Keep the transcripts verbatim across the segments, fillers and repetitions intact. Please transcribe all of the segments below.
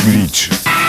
Glitch.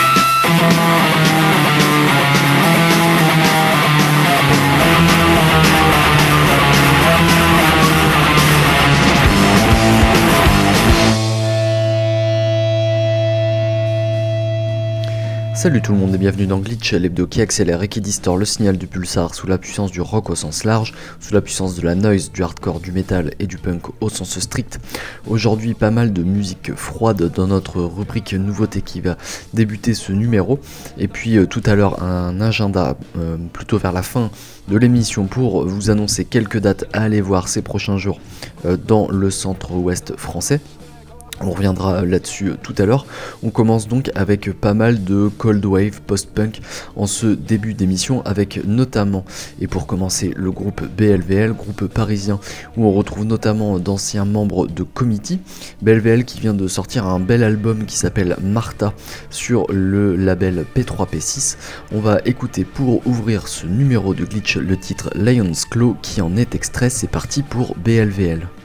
Salut tout le monde et bienvenue dans Glitch, l'hebdo qui accélère et qui distord le signal du pulsar sous la puissance du rock au sens large, sous la puissance de la noise, du hardcore, du metal et du punk au sens strict. Aujourd'hui, pas mal de musique froide dans notre rubrique nouveauté qui va débuter ce numéro. Et puis euh, tout à l'heure, un agenda euh, plutôt vers la fin de l'émission pour vous annoncer quelques dates à aller voir ces prochains jours euh, dans le centre-ouest français. On reviendra là-dessus tout à l'heure. On commence donc avec pas mal de cold wave post-punk en ce début d'émission, avec notamment, et pour commencer, le groupe B L V L, groupe parisien où on retrouve notamment d'anciens membres de Committee. B L V L qui vient de sortir un bel album qui s'appelle Martha sur le label P trois P six. On va écouter pour ouvrir ce numéro de Glitch le titre Lion's Claw qui en est extrait. C'est parti pour B L V L.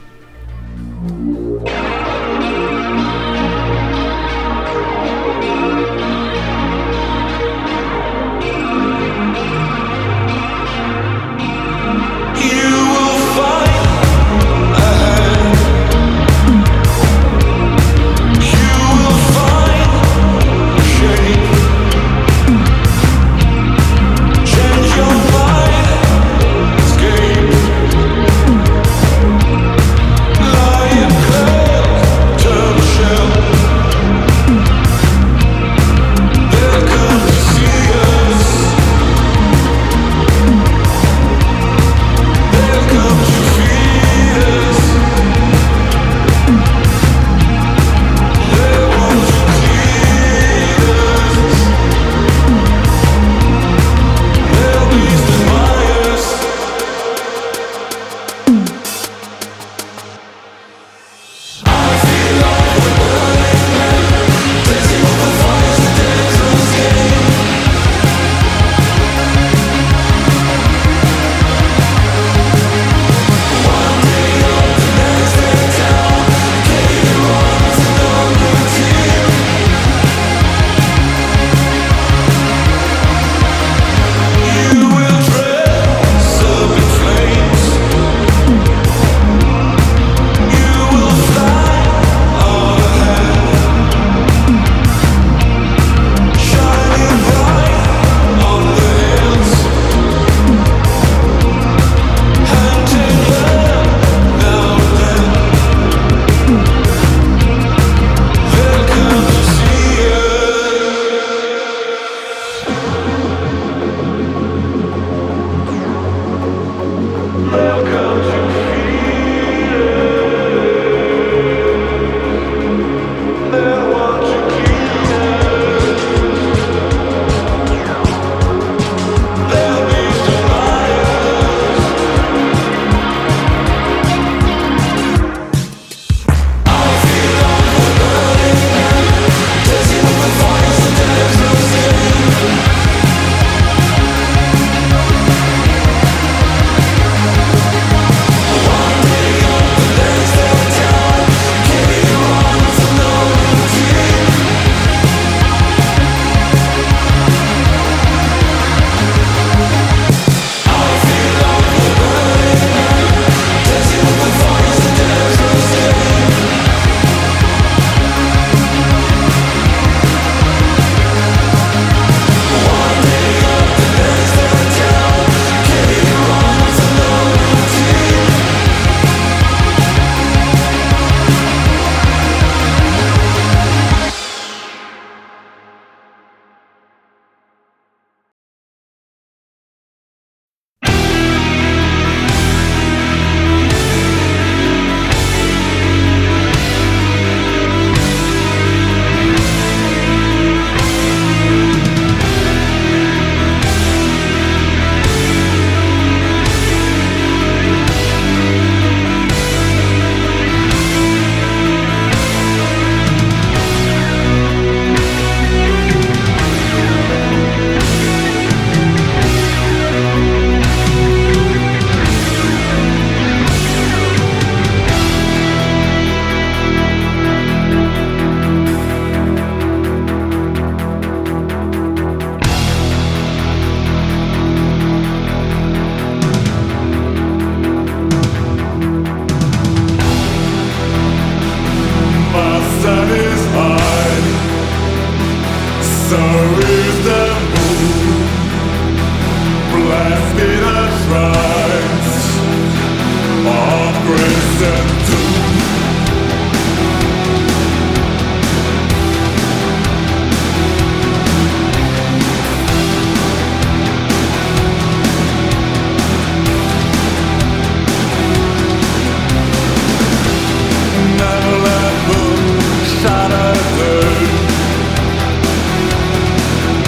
Change your mind, escape. Never let the shadow do.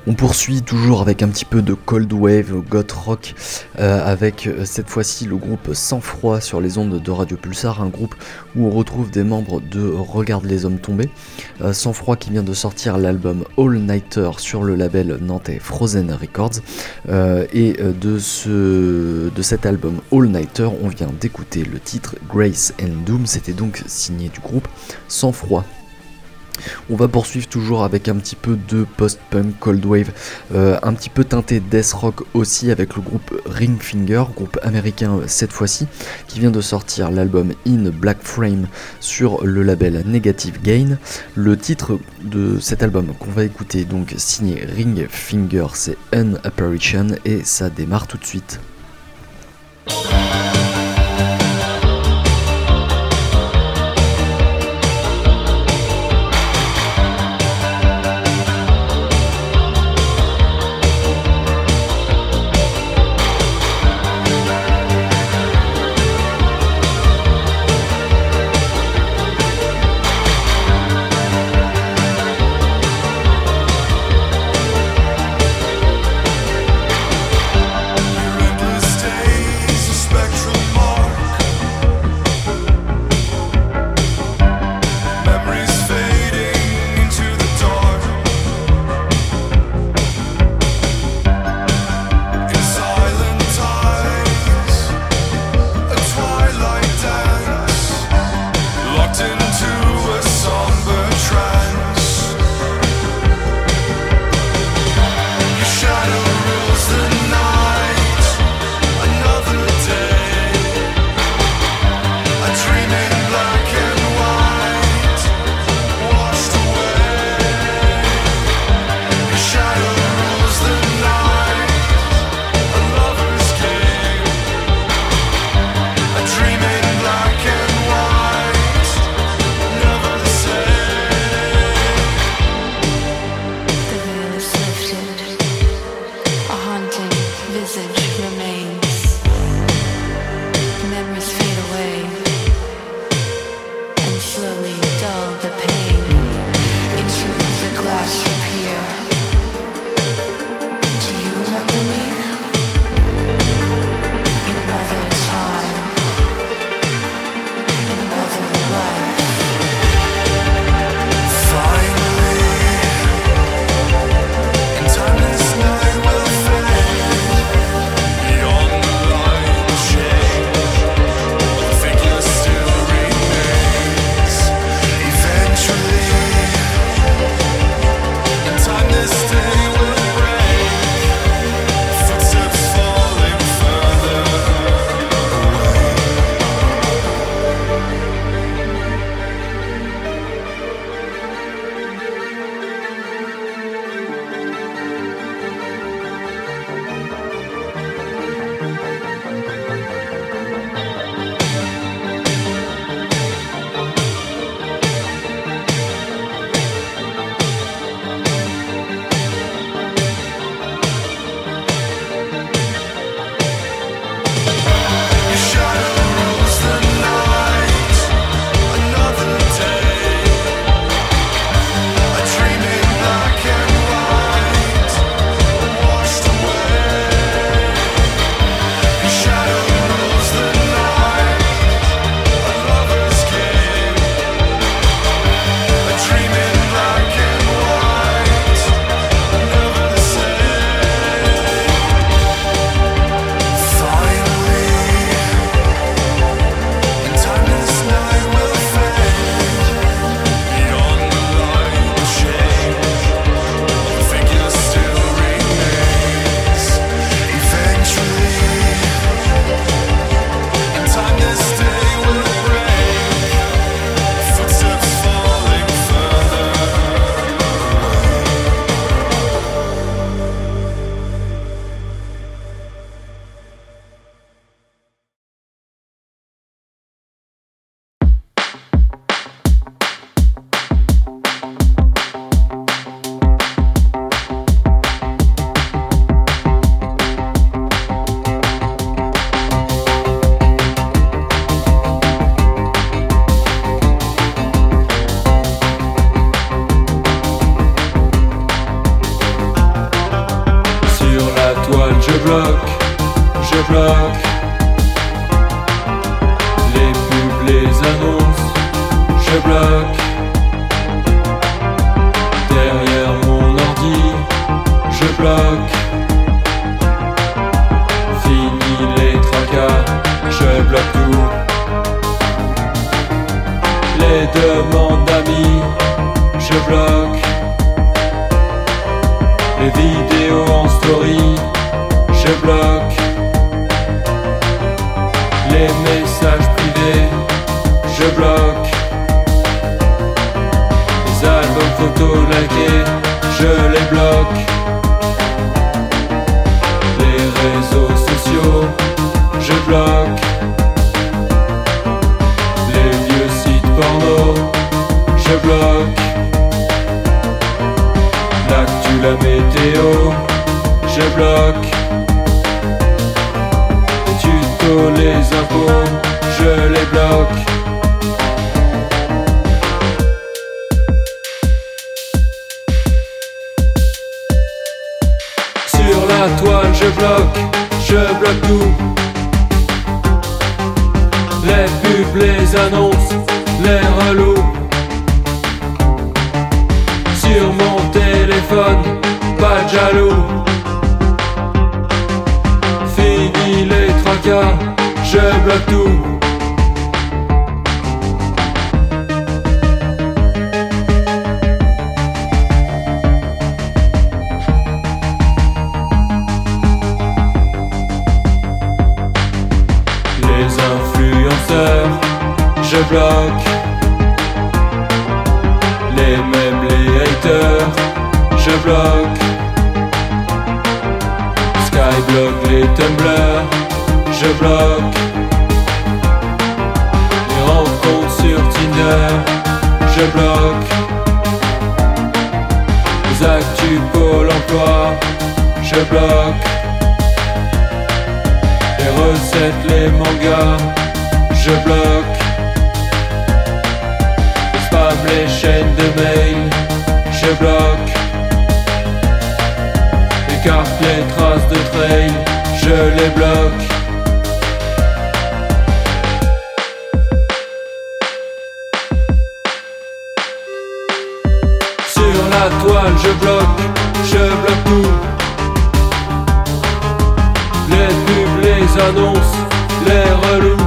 On poursuit toujours avec un petit peu de cold wave, goth rock, euh, avec euh, cette fois-ci le groupe Sang Froid sur les ondes de Radio Pulsar, un groupe où on retrouve des membres de Regarde les hommes tombés. Euh, Sang Froid qui vient de sortir l'album All Nighter sur le label nantais Frozen Records. Euh, et de, ce, de cet album All Nighter, on vient d'écouter le titre Grace and Doom, c'était donc signé du groupe Sang Froid. On va poursuivre toujours avec un petit peu de post-punk, cold wave, euh, un petit peu teinté death rock aussi avec le groupe Ringfinger, groupe américain cette fois-ci, qui vient de sortir l'album In Black Frame sur le label Negative Gain. Le titre de cet album qu'on va écouter, donc signé Ringfinger, c'est An Apparition et ça démarre tout de suite. Record bloque, je bloque. Les pubs, les annonces, je bloque. Derrière mon ordi, je bloque. Fini les tracas, je bloque tout. Les demandes d'amis, je bloque. Les vidéos en story, je bloque. Les messages privés, je bloque. Les albums photos likés, je les bloque. Les réseaux sociaux, je bloque. Les vieux sites porno, je bloque. L'actu, la météo, je bloque. Les tutos, les impôts, je les bloque. Sur la toile, je bloque, je bloque tout. Les pubs, les annonces, les relous. Sur mon téléphone, pas de jaloux. Fini les tracas, je bloque tout. Les influenceurs, je bloque. Les mêmes, les haters, je bloque. Skyblock, les Tumblr, je bloque. Les rencontres sur Tinder, je bloque. Les actus Pôle emploi, je bloque. Les recettes, les mangas, je bloque. Les spams, les chaînes de mail, je bloque. Les cartes, les traces de trail, je les bloque. Sur la toile, je bloque, je bloque tout. Les pubs, les annonces, les relous.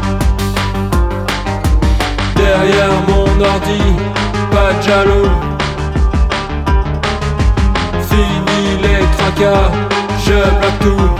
Derrière mon ordi, pas de jaloux. Fini les tracas, je bloque tout.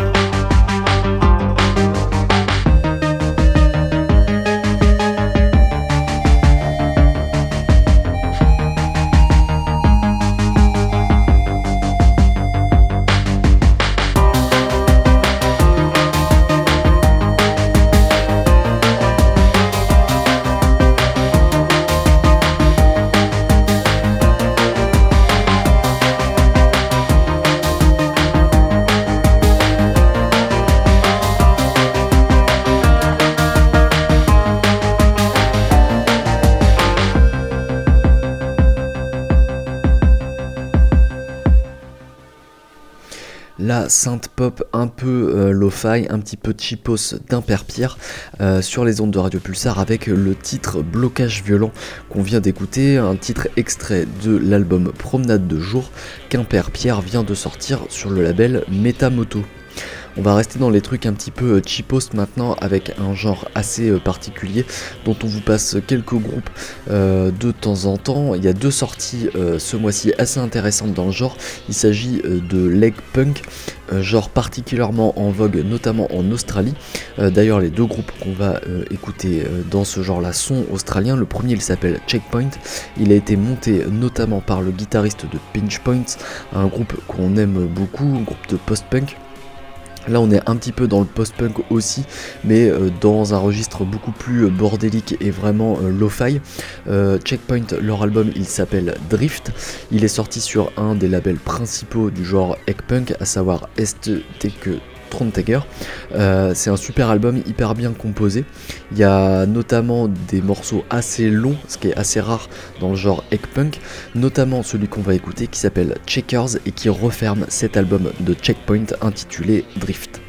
La synth pop un peu euh, lo-fi, un petit peu cheapos d'Imperpierre euh, sur les ondes de Radio Pulsar avec le titre Blocage violent qu'on vient d'écouter, un titre extrait de l'album Promenade de jour qu'Imperpierre vient de sortir sur le label Metamoto. On va rester dans les trucs un petit peu cheapos maintenant avec un genre assez particulier dont on vous passe quelques groupes euh, de temps en temps. Il y a deux sorties euh, ce mois-ci assez intéressantes dans le genre. Il s'agit euh, de leg punk, euh, genre particulièrement en vogue notamment en Australie. Euh, d'ailleurs les deux groupes qu'on va euh, écouter euh, dans ce genre-là sont australiens. Le premier il s'appelle Checkpoint. Il a été monté notamment par le guitariste de Pinch Points, un groupe qu'on aime beaucoup, un groupe de post-punk. Là on est un petit peu dans le post-punk aussi, mais euh, dans un registre beaucoup plus euh, bordélique et vraiment euh, lo-fi. Euh, Checkpoint, leur album il s'appelle Drift, il est sorti sur un des labels principaux du genre Egg Punk, à savoir Aesthetic Throntegger. Euh, c'est un super album hyper bien composé. Il y a notamment des morceaux assez longs, ce qui est assez rare dans le genre egg-punk, notamment celui qu'on va écouter qui s'appelle Checkers et qui referme cet album de Checkpoint intitulé Drift.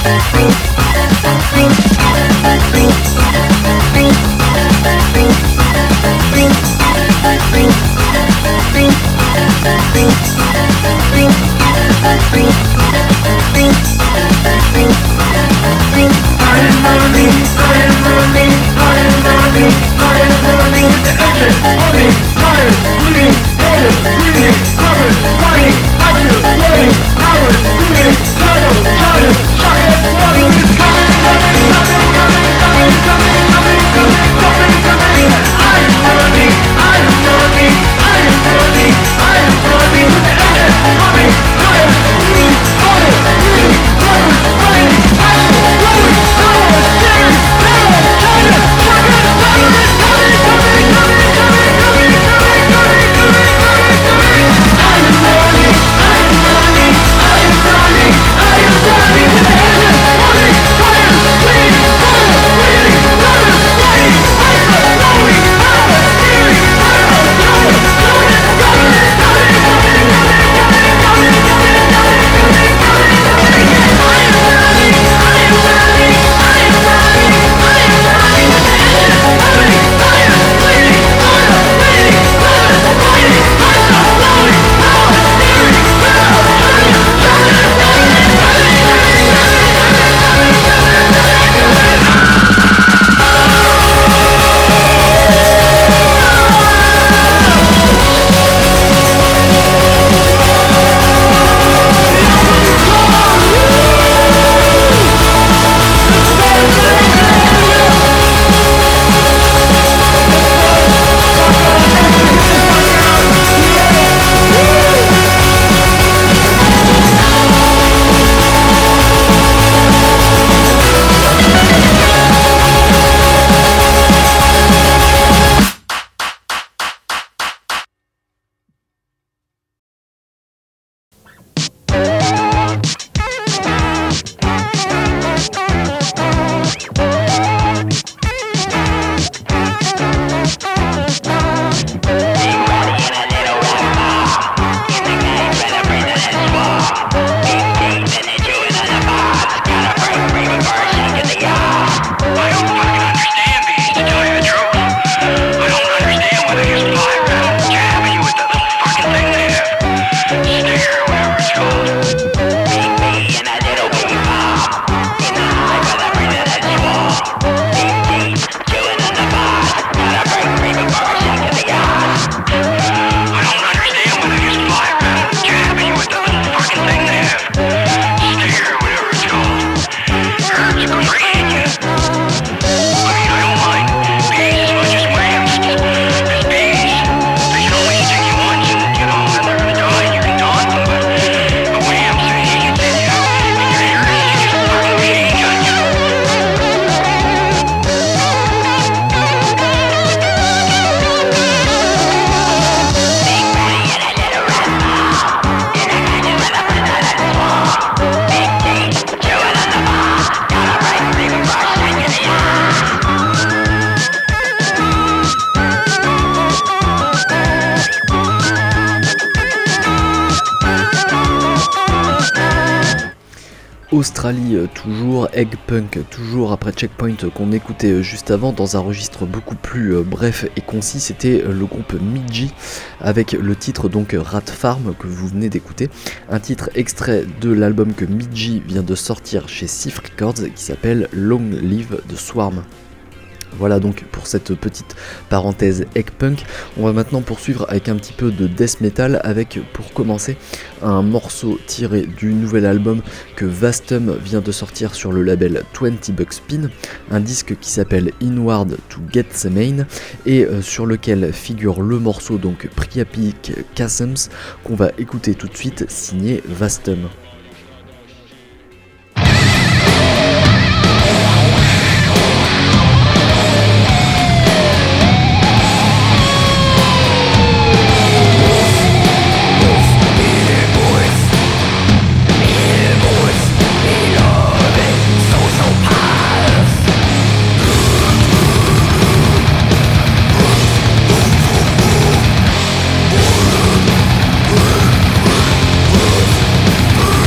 Australie toujours, Eggpunk toujours après Checkpoint qu'on écoutait juste avant dans un registre beaucoup plus bref et concis, c'était le groupe Midji avec le titre donc Rat Farm que vous venez d'écouter, un titre extrait de l'album que Midji vient de sortir chez Sif Records qui s'appelle Long Live the Swarm. Voilà donc pour cette petite parenthèse Eggpunk. On va maintenant poursuivre avec un petit peu de death metal avec pour commencer un morceau tiré du nouvel album que Vastum vient de sortir sur le label vingt Bucks Spin, un disque qui s'appelle Inward to Get the Main et euh, sur lequel figure le morceau donc Priapic Chasms qu'on va écouter tout de suite signé Vastum. We'll be right back.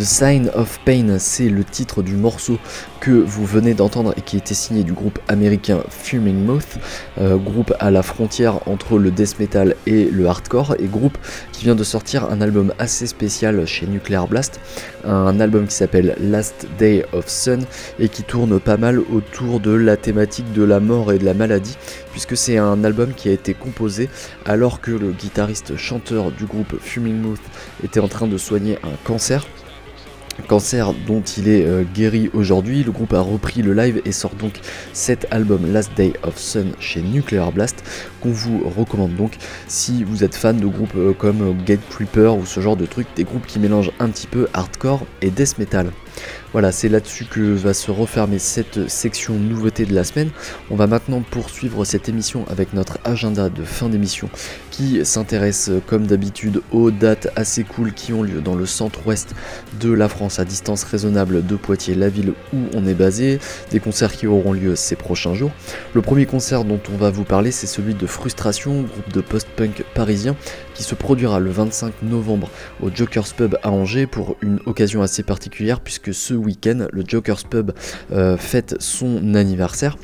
Sign of Pain, c'est le titre du morceau que vous venez d'entendre et qui était signé du groupe américain Fuming Mouth, euh, groupe à la frontière entre le death metal et le hardcore, et groupe qui vient de sortir un album assez spécial chez Nuclear Blast, un album qui s'appelle Last Day of Sun et qui tourne pas mal autour de la thématique de la mort et de la maladie, puisque c'est un album qui a été composé alors que le guitariste chanteur du groupe Fuming Mouth était en train de soigner un cancer. Cancer dont il est euh, guéri aujourd'hui. Le groupe a repris le live et sort donc cet album Last Day of Sun chez Nuclear Blast, qu'on vous recommande donc si vous êtes fan de groupes euh, comme euh, Gatecreeper ou ce genre de trucs, des groupes qui mélangent un petit peu hardcore et death metal. Voilà, c'est là-dessus que va se refermer cette section nouveauté de la semaine. On va maintenant poursuivre cette émission avec notre agenda de fin d'émission qui s'intéresse comme d'habitude aux dates assez cool qui ont lieu dans le centre-ouest de la France, à distance raisonnable de Poitiers, la ville où on est basé, des concerts qui auront lieu ces prochains jours. Le premier concert dont on va vous parler, c'est celui de Frustration, groupe de post-punk parisien qui se produira le vingt-cinq novembre au Joker's Pub à Angers pour une occasion assez particulière puisque ce week-end, le Joker's Pub euh, fête son anniversaire.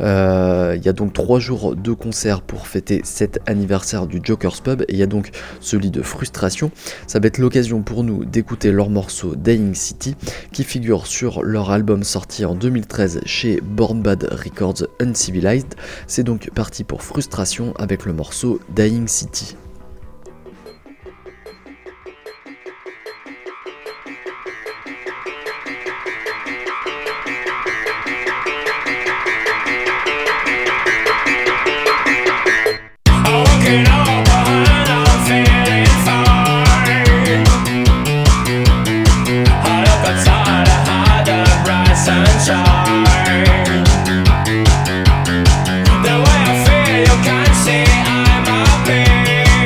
Euh, il y a donc trois jours de concert pour fêter cet anniversaire du Joker's Pub et il y a donc celui de Frustration. Ça va être l'occasion pour nous d'écouter leur morceau Dying City qui figure sur leur album sorti en deux mille treize chez Born Bad Records Uncivilized. C'est donc parti pour Frustration avec le morceau Dying City. The way I feel, you can't see I'm a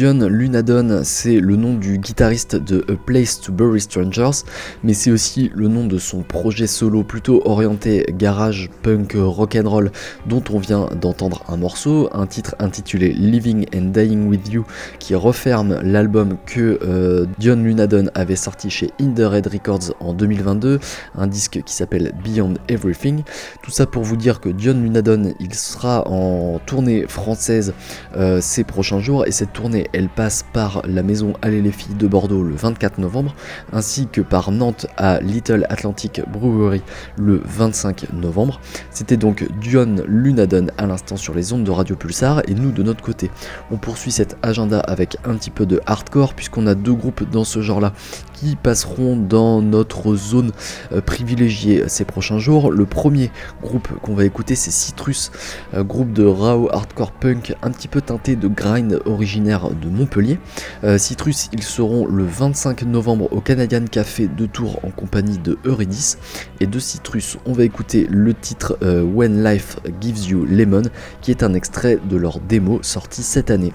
Dion Lunadon, c'est le nom du guitariste de A Place to Bury Strangers, mais c'est aussi le nom de son projet solo plutôt orienté garage, punk, rock'n'roll, dont on vient d'entendre un morceau, un titre intitulé Living and Dying With You, qui referme l'album que euh, Dion Lunadon avait sorti chez In The Red Records en deux mille vingt-deux, un disque qui s'appelle Beyond Everything. Tout ça pour vous dire que Dion Lunadon, il sera en tournée française euh, ces prochains jours, et cette tournée elle passe par la maison Allez les filles de Bordeaux le vingt-quatre novembre, ainsi que par Nantes à Little Atlantic Brewery le vingt-cinq novembre. C'était donc Dion Lunadon à l'instant sur les ondes de Radio Pulsar, et nous de notre côté on poursuit cet agenda avec un petit peu de hardcore, puisqu'on a deux groupes dans ce genre là qui passeront dans notre zone euh, privilégiée ces prochains jours. Le premier groupe qu'on va écouter, c'est Citrus, euh, groupe de raw hardcore punk un petit peu teinté de grind, originaire de Montpellier. Euh, Citrus, ils seront le vingt-cinq novembre au Canadian Café de Tours en compagnie de Eurydice. Et de Citrus, on va écouter le titre euh, When Life Gives You Lemon, qui est un extrait de leur démo sorti cette année.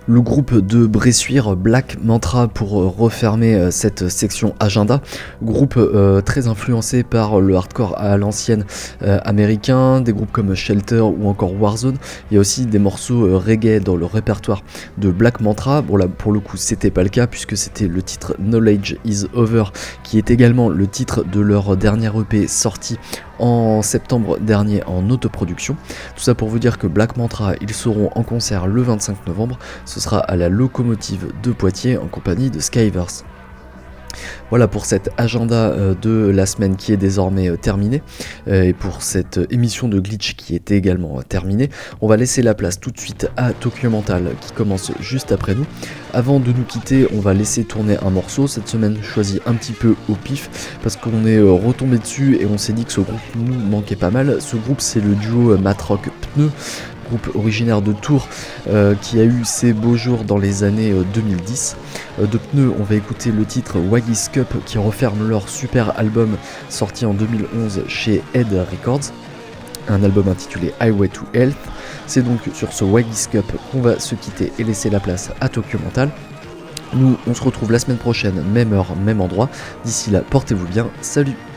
Le groupe de Bressuire, Black Mantra, pour refermer cette section agenda, groupe euh, très influencé par le hardcore à l'ancienne euh, américain, des groupes comme Shelter ou encore Warzone. Il y a aussi des morceaux euh, reggae dans le répertoire de Black Mantra. Bon là pour le coup c'était pas le cas puisque c'était le titre Knowledge is Over qui est également le titre de leur dernier E P sorti en septembre dernier en autoproduction. Tout ça pour vous dire que Black Mantra, ils seront en concert le vingt-cinq novembre, ce sera à la Locomotive de Poitiers en compagnie de Skyverse. Voilà pour cet agenda de la semaine qui est désormais terminé et pour cette émission de Glitch qui est également terminée. On va laisser la place tout de suite à Tokyo Mental qui commence juste après nous. Avant de nous quitter, on va laisser tourner un morceau. Cette semaine choisi un petit peu au pif parce qu'on est retombé dessus et on s'est dit que ce groupe nous manquait pas mal. Ce groupe c'est le duo Matrock Pneu, groupe originaire de Tours euh, qui a eu ses beaux jours dans les années euh, deux mille dix. Euh, de Pneus, on va écouter le titre Waggy's Cup qui referme leur super album sorti en deux mille onze chez Head Records, un album intitulé Highway to Health. C'est donc sur ce Waggy's Cup qu'on va se quitter et laisser la place à Tokyo Mental. Nous, on se retrouve la semaine prochaine, même heure, même endroit. D'ici là, portez-vous bien, salut!